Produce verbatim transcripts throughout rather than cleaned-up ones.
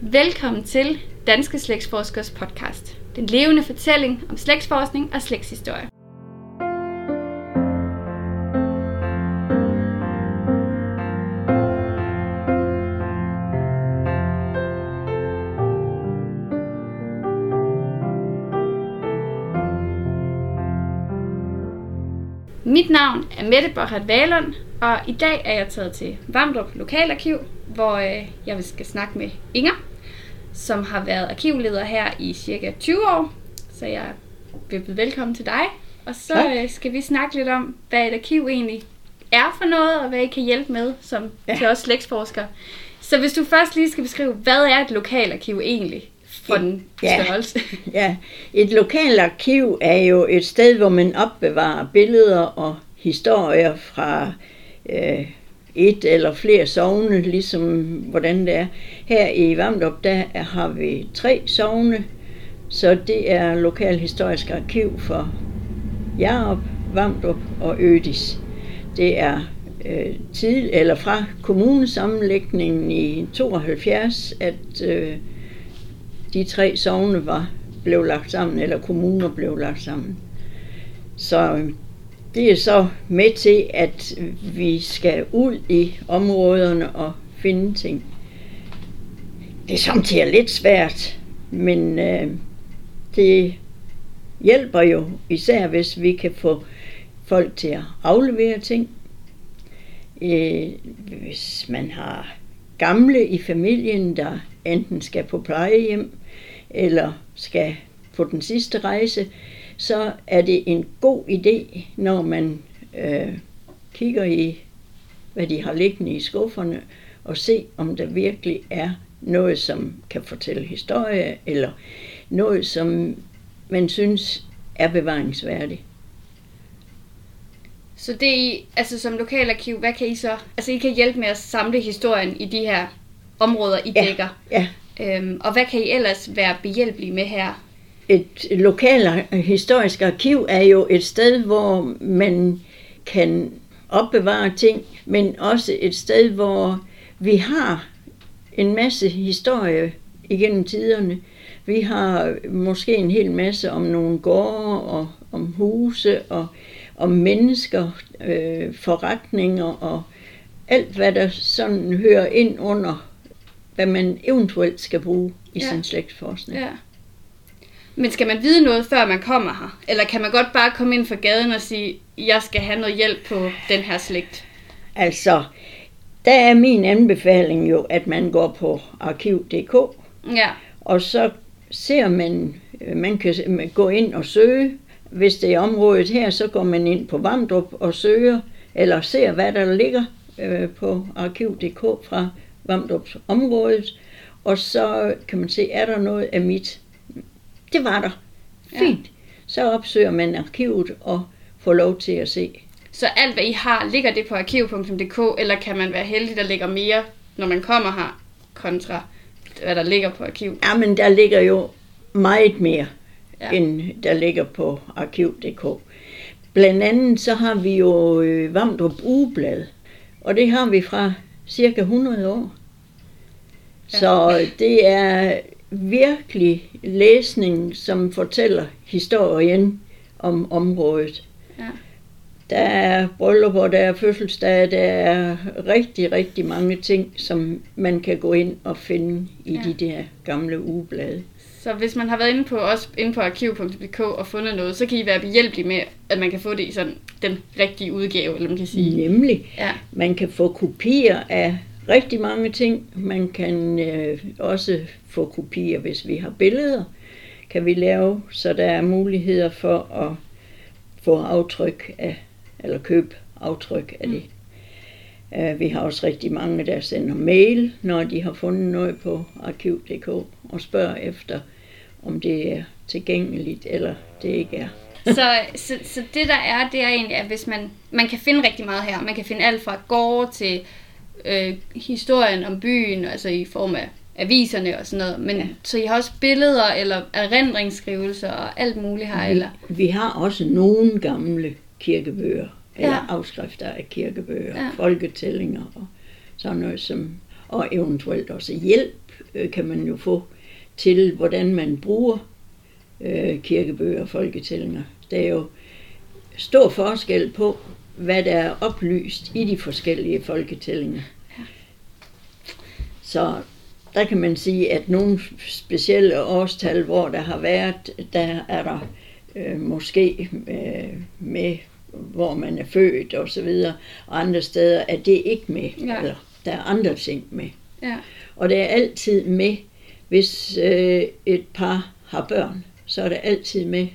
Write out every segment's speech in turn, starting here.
Velkommen til Danske Slægtsforskers podcast. Den levende fortælling om slægtsforskning og slægtshistorie. Mit navn er Mette Borchert Valund, og i dag er jeg taget til Vamdrup Lokalarkiv, hvor øh, jeg skal snakke med Inger, som har været arkivleder her i cirka tyve år. Så jeg vil byde velkommen til dig. Og så øh, skal vi snakke lidt om, hvad et arkiv egentlig er for noget, og hvad I kan hjælpe med som ja. til os slægtsforskere. Så hvis du først lige skal beskrive, hvad er et lokalarkiv egentlig for den ja. størrelse? Ja, et lokalarkiv er jo et sted, hvor man opbevarer billeder og historier fra øh, et eller flere sogne, ligesom hvordan det er. Her i Vamdrup, der har vi tre sogne, så det er Lokalhistorisk Arkiv for Hjarup, Vamdrup og Ødis. Det er øh, tid, eller fra kommunesammenlægningen i tooghalvfjerds, at øh, de tre sogne var blev lagt sammen, eller kommuner blev lagt sammen. Så det er så med til, at vi skal ud i områderne og finde ting. Det er samtidig lidt svært, men øh, det hjælper jo især, hvis vi kan få folk til at aflevere ting. Øh, hvis man har gamle i familien, der enten skal på plejehjem eller skal på den sidste rejse, så er det en god idé, når man øh, kigger i, hvad de har liggende i skufferne, og se, om der virkelig er noget, som kan fortælle historie, eller noget, som man synes er bevaringsværdigt. Så det I, altså som lokalarkiv, hvad kan I så, altså I kan hjælpe med at samle historien i de her områder, I ja, dækker. Ja. Øhm, og hvad kan I ellers være behjælpelige med her? Et lokalhistorisk arkiv er jo et sted, hvor man kan opbevare ting, men også et sted, hvor vi har en masse historie igennem tiderne. Vi har måske en hel masse om nogle gårde og om huse og om mennesker, øh, forretninger og alt, hvad der sådan hører ind under, hvad man eventuelt skal bruge i ja. sin slægtsforskning. Ja. Men skal man vide noget, før man kommer her? Eller kan man godt bare komme ind fra gaden og sige, jeg skal have noget hjælp på den her slægt? Altså, der er min anbefaling jo, at man går på arkiv punktum d k, ja. og så ser man, man kan gå ind og søge. Hvis det er området her, så går man ind på Vamdrup og søger, eller ser, hvad der ligger øh, på arkiv punktum d k fra Vamdrups området, og så kan man se, er der noget af mit. Det var der. Fint. Ja. Så opsøger man arkivet og får lov til at se. Så alt, hvad I har, ligger det på arkiv punktum d k, eller kan man være heldig, der ligger mere, når man kommer her, kontra hvad der ligger på arkiv? Ja, men der ligger jo meget mere, ja. end der ligger på arkiv punktum d k. Blandt andet så har vi jo øh, Vamdrup Ugeblad, og det har vi fra cirka hundrede år. Ja. Så det er virkelig læsning, som fortæller historien om området. Ja. Der er bryllupper, der er fødselsdage, der er rigtig, rigtig mange ting, som man kan gå ind og finde i ja. de der gamle ugeblade. Så hvis man har været inde på, også inde på arkiv punktum d k og fundet noget, så kan I være behjælpelige med, at man kan få det i sådan den rigtige udgave, eller man kan sige. Nemlig. Ja. Man kan få kopier af rigtig mange ting. Man kan øh, også få kopier, hvis vi har billeder, kan vi lave, så der er muligheder for at få aftryk af, eller købe aftryk af det. Mm. Uh, vi har også rigtig mange, der sender mail, når de har fundet noget på arkiv punktum d k, og spørger efter, om det er tilgængeligt, eller det ikke er. så, så, så det der er, det er egentlig, at hvis man, man kan finde rigtig meget her. Man kan finde alt fra gårde til øh, historien om byen, altså i form af aviserne og sådan noget. Men ja. så I har også billeder eller erindringsskrivelser og alt muligt her? Vi, eller? vi har også nogle gamle kirkebøger, eller ja. afskrifter af kirkebøger, ja. folketællinger og sådan noget, som, og eventuelt også hjælp øh, kan man jo få til, hvordan man bruger øh, kirkebøger og folketællinger. Der er jo stor forskel på, hvad der er oplyst i de forskellige folketællinger. Ja. Så der kan man sige, at nogle specielle årstal, hvor der har været, der er der øh, måske øh, med, hvor man er født og så videre, og andre steder er det ikke med, ja. Eller der er andre ting med. Ja. Og det er altid med, hvis øh, et par har børn, så er det altid med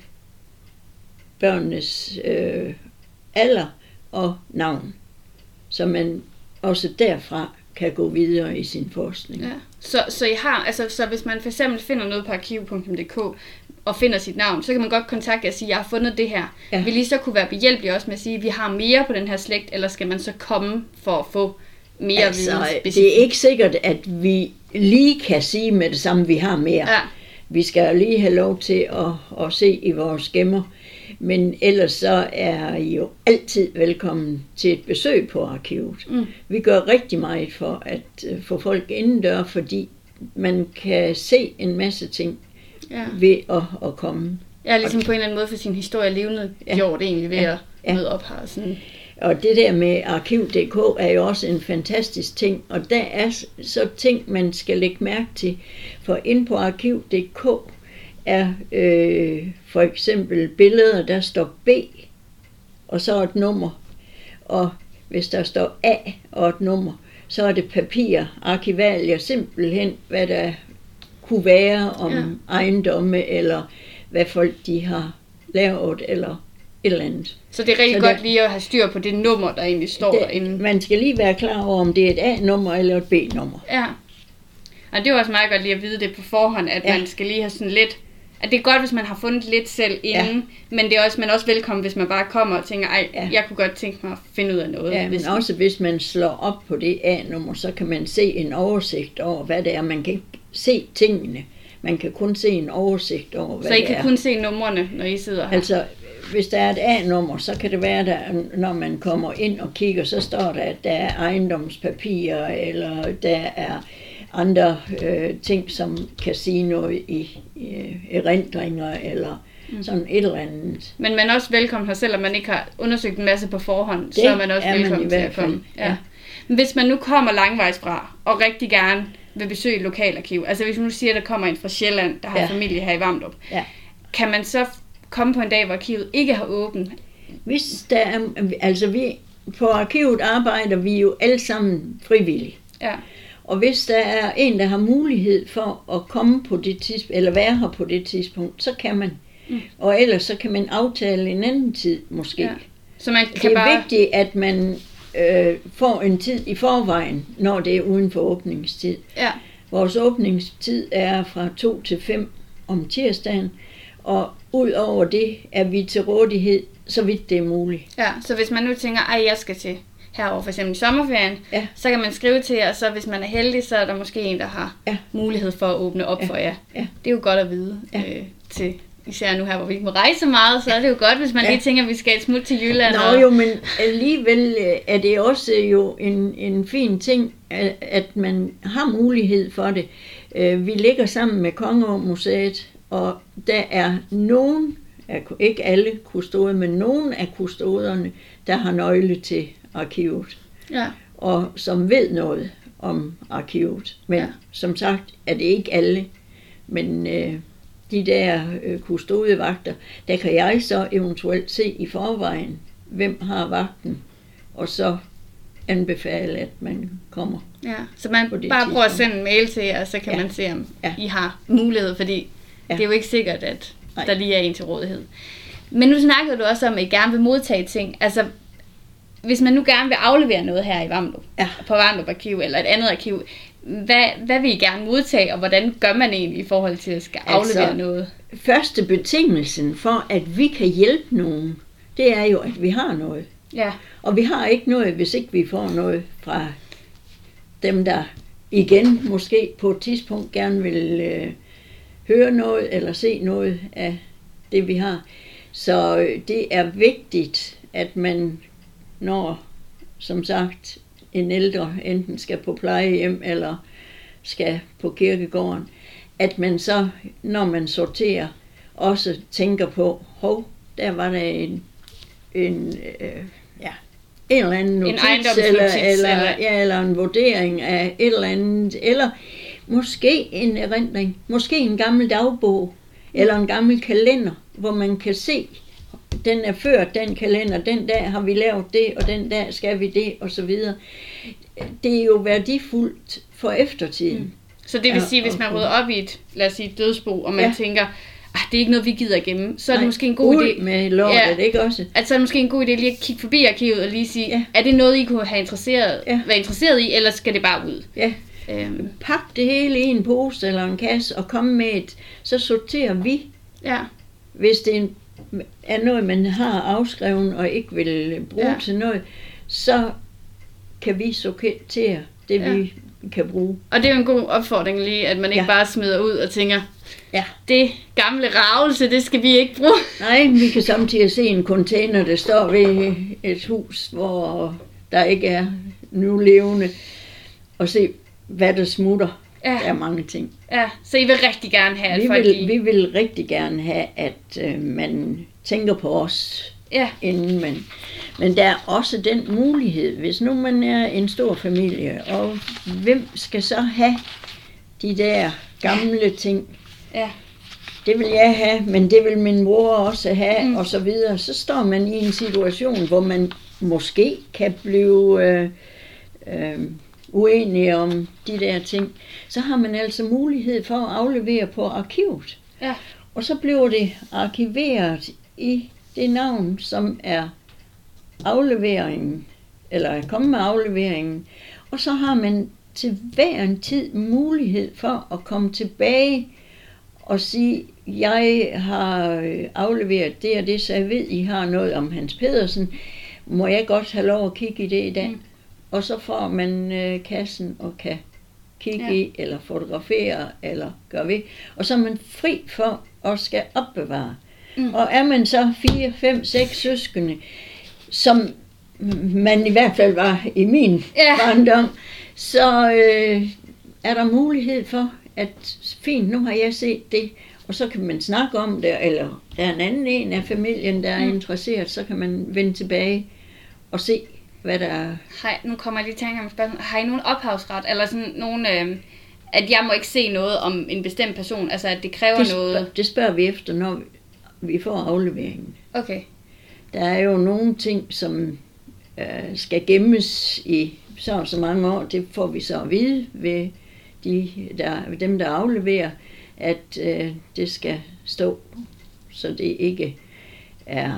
børnenes øh, alder og navn, så man også derfra kan gå videre i sin forskning. Ja. Så, så, I har, altså, så hvis man for eksempel finder noget på arkiv punktum d k og finder sit navn, så kan man godt kontakte jer og sige, jeg har fundet det her. Ja. Vil I så kunne være behjælpelige også med at sige, at vi har mere på den her slægt, eller skal man så komme for at få mere altså, viden? Det er ikke sikkert, at vi lige kan sige med det samme, vi har mere. Ja. Vi skal lige have lov til at, at se i vores gemmer. Men ellers så er I jo altid velkommen til et besøg på arkivet. Mm. Vi gør rigtig meget for at få folk indendør, fordi man kan se en masse ting ja. ved at, at komme. Ja, ligesom på en eller anden måde for sin historie levende ja. gjort egentlig ved ja. at møde op her. Sådan. Og det der med arkiv punktum d k er jo også en fantastisk ting, og der er så ting, man skal lægge mærke til. For inde på arkiv punktum d k er øh, for eksempel billeder, der står B, og så et nummer. Og hvis der står A og et nummer, så er det papir, arkivalier, simpelthen hvad der kunne være om ja. ejendomme, eller hvad folk de har lavet, eller et eller andet. Så det er rigtig så godt der, lige at have styr på det nummer, der egentlig står det, derinde. Man skal lige være klar over, om det er et A-nummer eller et B-nummer. Ja. Og det er også meget godt lige at vide det på forhånd, at ja. man skal lige have sådan lidt, at det er godt, hvis man har fundet lidt selv inden, ja. men det er også, man er også velkommen, hvis man bare kommer og tænker, ej, ja. jeg kunne godt tænke mig at finde ud af noget. Ja, men også hvis man slår op på det A-nummer, så kan man se en oversigt over, hvad det er. Man kan ikke se tingene. Man kan kun se en oversigt over, hvad det er. Så I det kan er. kun se numrene, når I sidder her? Altså, hvis der er et A-nummer, så kan det være, der, når man kommer ind og kigger, så står der, at der er ejendomspapirer, eller der er andre øh, ting, som kan sige noget i, i erindringer, eller mm. sådan et eller andet. Men man er også velkommen her, selvom man ikke har undersøgt en masse på forhånd, det så er man også er velkommen man til at komme. Ja. Ja. Men hvis man nu kommer langvejs fra, og rigtig gerne vil besøge et lokalarkiv, altså hvis man nu siger, at der kommer en fra Sjælland, der har ja. familie her i Vamdrup, ja. kan man så komme på en dag, hvor arkivet ikke har åbent? Hvis der er, altså vi, på arkivet arbejder vi jo alle sammen frivilligt. Ja. Og hvis der er en, der har mulighed for at komme på det tidspunkt, eller være her på det tidspunkt, så kan man. Mm. Og ellers så kan man aftale en anden tid måske. Ja. Så man kan det er bare... vigtigt, at man øh, får en tid i forvejen, når det er uden for åbningstid. Ja. Vores åbningstid er fra to til fem om tirsdagen, og ud over det er vi til rådighed, så vidt det er muligt. Ja, så hvis man nu tænker, ej, jeg skal til herover for eksempel i sommerferien, ja. så kan man skrive til jer, og så hvis man er heldig, så er der måske en, der har ja. mulighed for at åbne op ja. for jer. Ja. Det er jo godt at vide ja. øh, til, især nu her, hvor vi ikke må rejse meget, så er det jo godt, hvis man ja. lige tænker, at vi skal et smut til Jylland. Nå og... jo, men alligevel er det også jo en, en fin ting, at man har mulighed for det. Vi ligger sammen med Kongeåmuseet, og der er nogen, ikke alle kustoder, men nogen af kustoderne, der har nøgle til arkivet, ja. og som ved noget om arkivet. Men ja. som sagt er det ikke alle, men øh, de der øh, kustodevagter, der kan jeg så eventuelt se i forvejen, hvem har vagten, og så anbefale, at man kommer. Ja, så man bare tidspunkt. prøver at sende en mail til jer, og så kan ja. man se, om ja. I har mulighed, fordi ja. det er jo ikke sikkert, at Nej. der lige er en til rådighed. Men nu snakkede du også om, at I gerne vil modtage ting. Altså, hvis man nu gerne vil aflevere noget her i Vamdrup, ja. på Vamdrup Arkiv eller et andet arkiv, hvad, hvad vil I gerne modtage, og hvordan gør man egentlig i forhold til at skal aflevere altså, noget? Første betingelsen for, at vi kan hjælpe nogen, det er jo, at vi har noget. Ja. Og vi har ikke noget, hvis ikke vi får noget fra dem, der igen måske på et tidspunkt gerne vil øh, høre noget eller se noget af det, vi har. Så øh, det er vigtigt, at man, når som sagt en ældre enten skal på plejehjem eller skal på kirkegården, at man så, når man sorterer, også tænker på, hov, der var der en, en, øh, ja, en eller anden notits, en eller, notits, eller, eller... Ja, eller en vurdering af et eller andet, eller måske en erindring, måske en gammel dagbog, eller en gammel kalender, hvor man kan se, den er ført, den kalender, den dag har vi lavet det, og den dag skal vi det, og så videre. Det er jo værdifuldt for eftertiden. Mm. Så det vil sige, hvis man rydder op i et, lad os sige, dødsbo, og man ja. tænker, ah, det er ikke noget, vi gider igennem, så er det Nej, måske en god idé. Med lortet, ja, ikke også? At så er det måske en god idé lige at kigge forbi arkivet og lige sige, ja. er det noget, I kunne have interesseret, ja. være interesseret i, eller skal det bare ud? Ja. Øhm. Pak det hele i en pose eller en kasse og kom med et, så sorterer vi. Ja. Hvis det er noget, man har afskrevet og ikke vil bruge ja. til noget, så kan vi sortere det, ja. vi kan bruge. Og det er jo en god opfordring lige, at man ikke ja. bare smider ud og tænker, ja. det gamle ravelse, det skal vi ikke bruge. Nej, vi kan samtidig se en container, der står ved et hus, hvor der ikke er nu levende, og se, hvad der smutter. Ja. Der er mange ting. Ja, så I vil rigtig gerne have, at vi folk vil, I... Vi vil rigtig gerne have, at øh, man tænker på os, ja. inden man... Men der er også den mulighed, hvis nu man er en stor familie, og hvem skal så have de der gamle ting? Ja. Det vil jeg have, men det vil min mor også have, mm. og så videre. Så står man i en situation, hvor man måske kan blive øh, øh, uenige om de der ting. Så har man altså mulighed for at aflevere på arkivet. Ja. Og så bliver det arkiveret i det navn, som er afleveringen, eller er kommet med afleveringen. Og så har man til hver en tid mulighed for at komme tilbage og sige, jeg har afleveret det og det, så jeg ved, I har noget om Hans Pedersen. Må jeg godt have lov at kigge i det i dag? Mm. Og så får man øh, kassen og kan kigge ja. i, eller fotografere, eller gøre ved. Og så er man fri for at skal opbevare. Mm. Og er man så fire, fem, seks søskende, som man i hvert fald var i min ja. barndom, så øh, er der mulighed for, at fint, nu har jeg set det, og så kan man snakke om det, eller der er en anden en af familien, der er mm. interesseret, så kan man vende tilbage og se, hvad der er. Hej, nu kommer jeg lige til at tænke om spørgsmål. Har I nogen ophavsret, eller sådan nogen, øh, at jeg må ikke se noget om en bestemt person, altså at det kræver det spørg, noget? Det spørger vi efter, når vi, vi får afleveringen. Okay. Der er jo nogle ting, som øh, skal gemmes i så og så mange år. Det får vi så at vide ved de, der, dem, der afleverer, at øh, det skal stå, så det ikke er...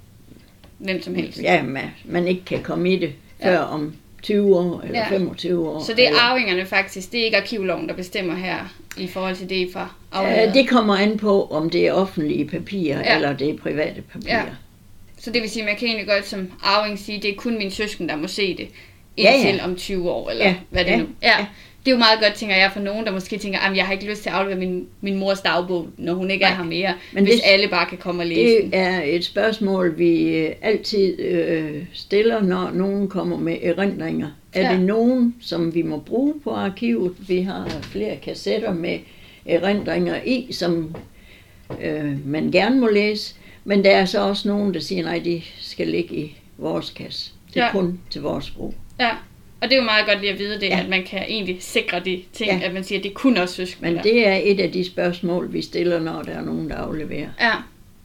Hvem som helst. Ja, man, man ikke kan komme i det før ja. om tyve år eller ja. femogtyve år. Så det er eller... arvingerne faktisk, det er ikke arkivloven, der bestemmer her i forhold til det fra afleveret? Ja, det kommer an på, om det er offentlige papirer ja. eller det er private papirer. Ja. Så det vil sige, at man kan egentlig godt som arving sige, at det er kun min søsken, der må se det indtil ja, ja. om tyve år, eller ja. hvad det ja. nu ja. ja. Det er jo meget godt, tænker jeg, for nogen, der måske tænker, at jeg har ikke lyst til at aflevere min, min mors dagbog, når hun ikke Nej. er her mere, men hvis det, alle bare kan komme og læse det den. Det er et spørgsmål, vi altid øh, stiller, når nogen kommer med erindringer. Er ja. det nogen, som vi må bruge på arkivet? Vi har flere kassetter med erindringer i, som øh, man gerne må læse, men der er så også nogen, der siger, nej, de skal ligge i vores kasse. Det er ja. kun til vores brug. Ja. Og det er jo meget godt lige at vide det, ja. at man kan egentlig sikre de ting, ja. at man siger, at det kun også søskende. Men det er et af de spørgsmål, vi stiller, når der er nogen, der afleverer. Ja.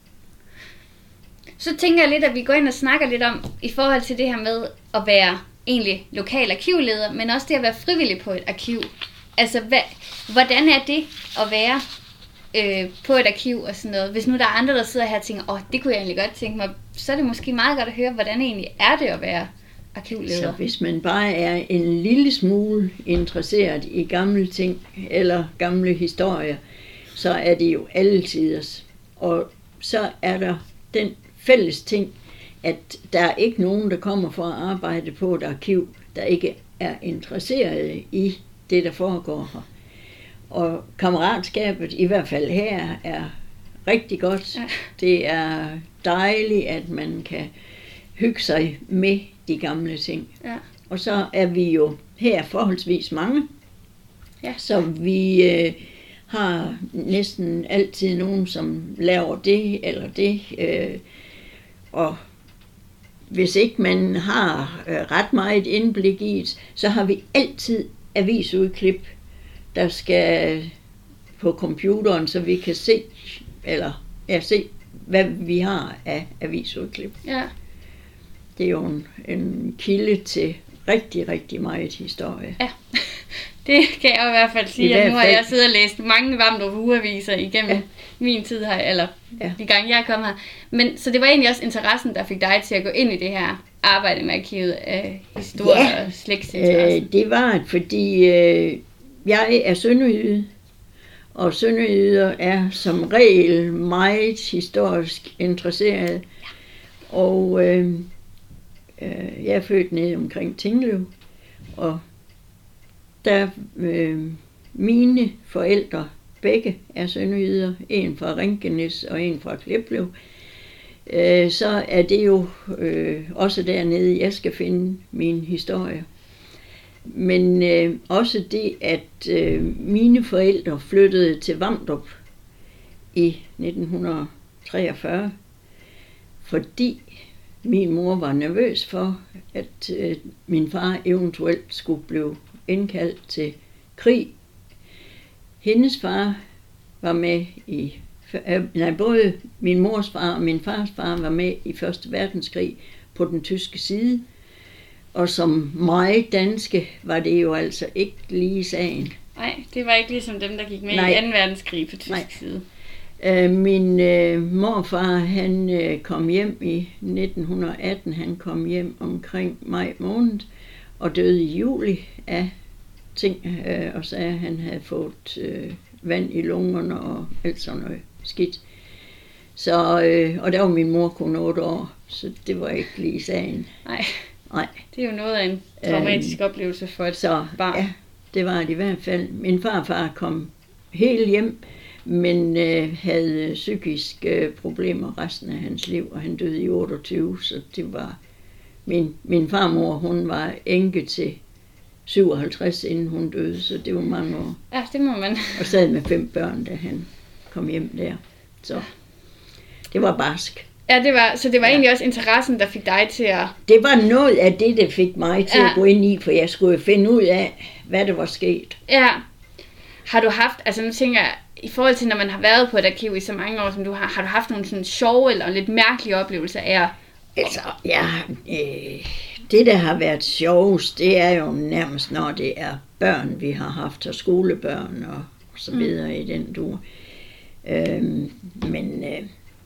Så tænker jeg lidt, at vi går ind og snakker lidt om, i forhold til det her med at være egentlig lokal arkivleder, men også det at være frivillig på et arkiv. Altså, hvad, hvordan er det at være øh, på et arkiv og sådan noget? Hvis nu der er andre, der sidder her og tænker, åh, det kunne jeg egentlig godt tænke mig, så er det måske meget godt at høre, hvordan egentlig er det at være arkivleder. Så hvis man bare er en lille smule interesseret i gamle ting eller gamle historier, så er det jo altiders. Og så er der den fælles ting, at der er ikke nogen, der kommer for at arbejde på et arkiv, der ikke er interesseret i det, der foregår her. Og kammeratskabet, i hvert fald her, er rigtig godt. Ja. Det er dejligt, at man kan hygge sig med de gamle ting. Ja. Og så er vi jo her forholdsvis mange. Ja. Så vi øh, har næsten altid nogen, som laver det eller det. Øh, og hvis ikke man har øh, ret meget indblik i det, så har vi altid avisudklip, der skal på computeren, så vi kan se, eller ja, se, hvad vi har af avisudklip. Ja. Det er jo en, en kilde til rigtig, rigtig meget historie. Ja, det kan jeg i hvert fald sige, I at nu har fald. jeg siddet og læst mange Vamdrup ugeaviser igennem Ja. min tid her, eller Ja. de gange jeg er kommet her. Men så det var egentlig også interessen, der fik dig til at gå ind i det her arbejde med arkivet af historie Ja. og slægtsinteresse. Øh, det var, fordi øh, jeg er sønderjyde, og sønderjyder er som regel meget historisk interesseret. Og øh, øh, jeg er født nede omkring Tinglev, og der øh, mine forældre, begge er sønderjyder, en fra Rinkenes og en fra Kliplev, øh, så er det jo øh, også dernede, jeg skal finde min historie. Men øh, også det, at øh, mine forældre flyttede til Vamdrup i nitten treogfyrre, fordi min mor var nervøs for, at øh, min far eventuelt skulle blive indkaldt til krig. Hendes far var med i, øh, nej, både min mors far og min fars far var med i første verdenskrig på den tyske side. Og som meget danske var det jo altså ikke lige sagen. Nej, det var ikke ligesom dem, der gik med Nej. i anden verdenskrig på tysk Nej. side. Øh, min øh, morfar, han øh, kom hjem i nitten atten, han kom hjem omkring maj måned, og døde i juli af ting, øh, og sagde, at han havde fået øh, vand i lungerne og alt sådan noget skidt. Så, øh, og der var min mor kun otte år, så det var ikke lige sagen. Nej, Nej. det er jo noget af en traumatisk øhm, oplevelse for et så, barn. Ja, det var det i hvert fald. Min farfar kom helt hjem, men øh, havde psykiske øh, problemer resten af hans liv, og han døde i otteogtyve, så det var min, min farmor, hun var enke til syvoghalvtreds, inden hun døde, så det var mange år. Ja, det må man. Og sad med fem børn, da han kom hjem der. Så det var barsk. Ja, det var, så det var Ja. egentlig også interessen, der fik dig til at... Det var noget af det, der fik mig til Ja. at gå ind i, for jeg skulle jo finde ud af, hvad der var sket. Ja. Har du haft, altså nu tænker jeg, i forhold til når man har været på et arkiv i så mange år, som du har, har du haft nogle sådan sjove eller lidt mærkelige oplevelser af at... Altså, ja, øh, det der har været sjovest, det er jo nærmest, når det er børn, vi har haft, og skolebørn og, og så videre mm. i den dur. Øh, men, øh,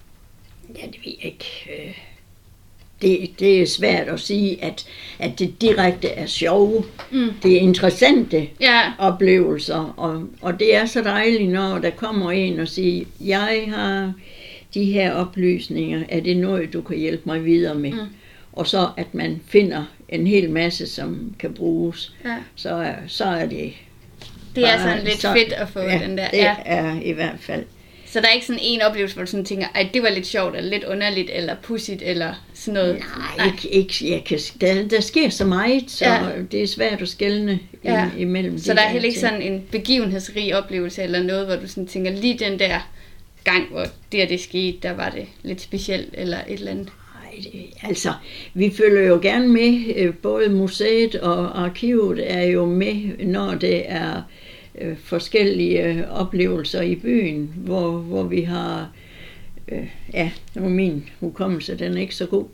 ja, det ved jeg ikke. Øh, det, det er svært at sige, at, at det direkte er sjove. Mm. Det er interessante Ja, oplevelser, og, og det er så dejligt, når der kommer en og siger, jeg har de her oplysninger, er det noget, du kan hjælpe mig videre med? Mm. Og så at man finder en hel masse, som kan bruges, ja. så, er- så er det Det er bare- sådan lidt så, fedt at få ja, den der. det Ja. er i hvert fald. Så der er ikke sådan en oplevelse, hvor du sådan tænker, ej, det var lidt sjovt, eller lidt underligt, eller pudsigt, eller sådan noget. Nej, ikke, ikke, jeg kan, der, der sker så meget, så Ja. det er svært at skelne Ja. i- imellem Så de der er der heller ikke ting. sådan en begivenhedsrig oplevelse, eller noget, hvor du sådan tænker, lige den der gang, hvor det og det skete, der var det lidt specielt, eller et eller andet. Nej, det, altså, vi følger jo gerne med, øh, både museet og arkivet er jo med, når det er øh, forskellige øh, oplevelser i byen, hvor, hvor vi har, øh, ja, nu er min hukommelse, den er ikke så god,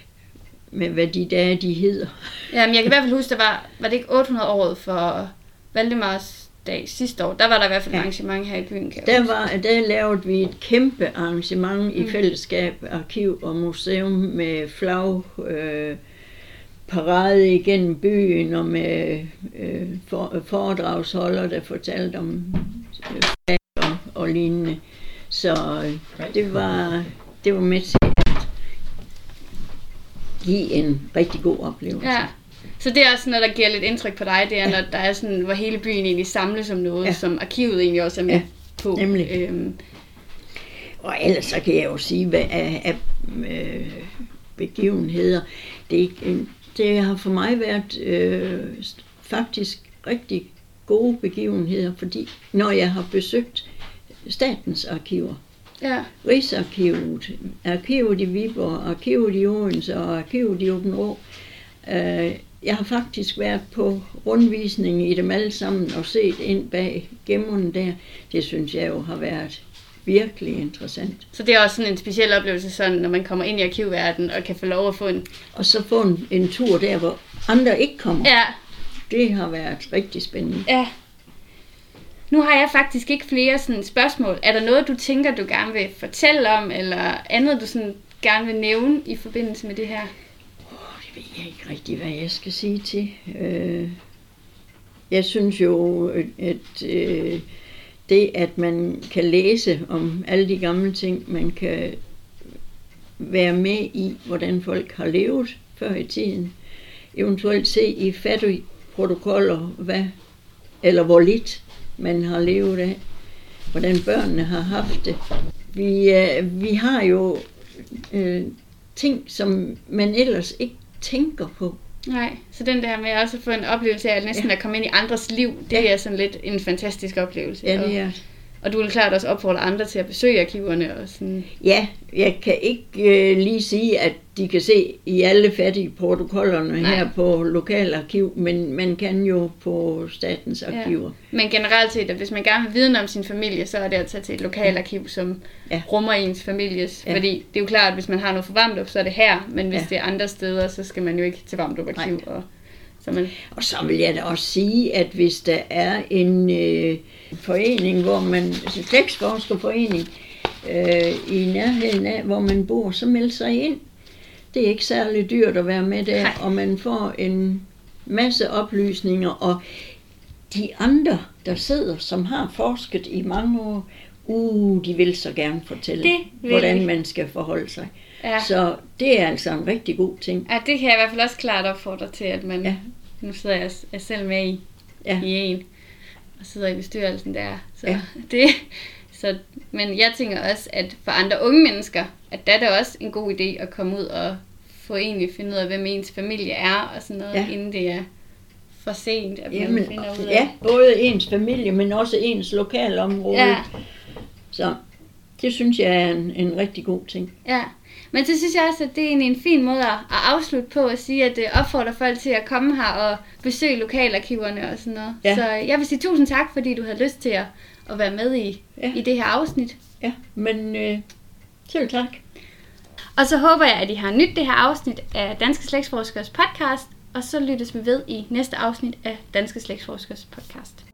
med hvad de dage, de hedder. Ja, men jeg kan i hvert fald huske, der var, var det ikke otte hundrede året for Valdemars dag sidste år, der var der i hvert fald Ja. ja. arrangement her i byen. Kan jeg Der, huske. var, der lavede vi et kæmpe arrangement i Mm. fællesskab, arkiv og museum med flag, øh, parade igennem byen og med øh, for, foredragsholder, der fortalte om øh, flag og, og lignende. Så øh, det var, det var med til at give en rigtig god oplevelse. Ja. Så det er også noget, der giver lidt indtryk på dig, det er, når der er sådan, hvor hele byen egentlig samles om noget, Ja. ja. som arkivet egentlig også er med Ja, på. nemlig. Øhm, Og ellers så kan jeg jo sige, hvad af, af øh, begivenheder, det, det har for mig været øh, faktisk rigtig gode begivenheder, fordi når jeg har besøgt statens arkiver, Ja. Rigsarkivet, Arkivet i Viborg, Arkivet i Odense og Arkivet i Aabenraa. Øh, jeg har faktisk været på rundvisning i dem alle sammen og set ind bag gemmerne der. Det synes jeg jo har været virkelig interessant. Så det er også sådan en speciel oplevelse, sådan, når man kommer ind i arkivverdenen og kan få lov at få en... Og så få en, en tur der, hvor andre ikke kommer. Ja. Det har været rigtig spændende. Ja. Nu har jeg faktisk ikke flere sådan spørgsmål. Er der noget, du tænker, du gerne vil fortælle om, eller andet, du sådan gerne vil nævne i forbindelse med det her? Oh, det ved jeg ikke rigtig, hvad jeg skal sige til. Øh, jeg synes jo, at øh, det, at man kan læse om alle de gamle ting, man kan være med i, hvordan folk har levet før i tiden, eventuelt se i fattige protokoller, hvad, eller hvor lidt man har levet af, hvordan børnene har haft det. Vi, øh, vi har jo øh, ting, som man ellers ikke tænker på. Nej, så den der med også at få en oplevelse af næsten ja. At komme ind i andres liv, det ja. Er sådan lidt en fantastisk oplevelse. Ja, det er. Og du vil klart også opfordre andre til at besøge arkiverne og sådan. Ja, jeg kan ikke øh, lige sige, at de kan se i alle fattige protokollerne Nej. Her på lokalarkiv, men man kan jo på statens arkiver. Ja. Men generelt set, at hvis man gerne vil vide om sin familie, så er det at tage til et lokalarkiv, som ja. Rummer ens families. Ja. Fordi det er jo klart, at hvis man har noget for Vamdrup, så er det her, men hvis ja. Det er andre steder, så skal man jo ikke til Vamdrup arkiv. Og så, man... og så vil jeg da også sige, at hvis der er en øh, forening, hvor man, altså slægtsforskerforening, øh, i nærheden af, hvor man bor, så meld sig ind. Det er ikke særlig dyrt at være med der, Nej. Og man får en masse oplysninger, og de andre, der sidder, som har forsket i mange år, uh, de vil så gerne fortælle, hvordan vi. Man skal forholde sig. Ja. Så det er altså en rigtig god ting. Ja, det kan jeg i hvert fald også klart opfordre til, at man, ja. Nu sidder jeg, jeg selv med i, ja. I en, og sidder i bestyrelsen der, så ja. det... Så, men jeg tænker også, at for andre unge mennesker, at der er det også en god idé at komme ud og få egentlig finde ud af, hvem ens familie er, og sådan noget, ja. Inden det er for sent, at man Jamen, finder ud af. Ja, både ens familie, men også ens lokalområde. Ja. Så det synes jeg er en, en rigtig god ting. Ja, men så synes jeg også, at det er en, en fin måde at afslutte på, at sige, at det opfordrer folk til at komme her og besøge lokalarkiverne og sådan noget. Ja. Så jeg vil sige tusind tak, fordi du havde lyst til at at være med i, ja. I det her afsnit. Ja, men øh, selv tak. Og så håber jeg, at I har nydt det her afsnit af Danske Slægtsforskers podcast, og så lyttes vi ved i næste afsnit af Danske Slægtsforskers podcast.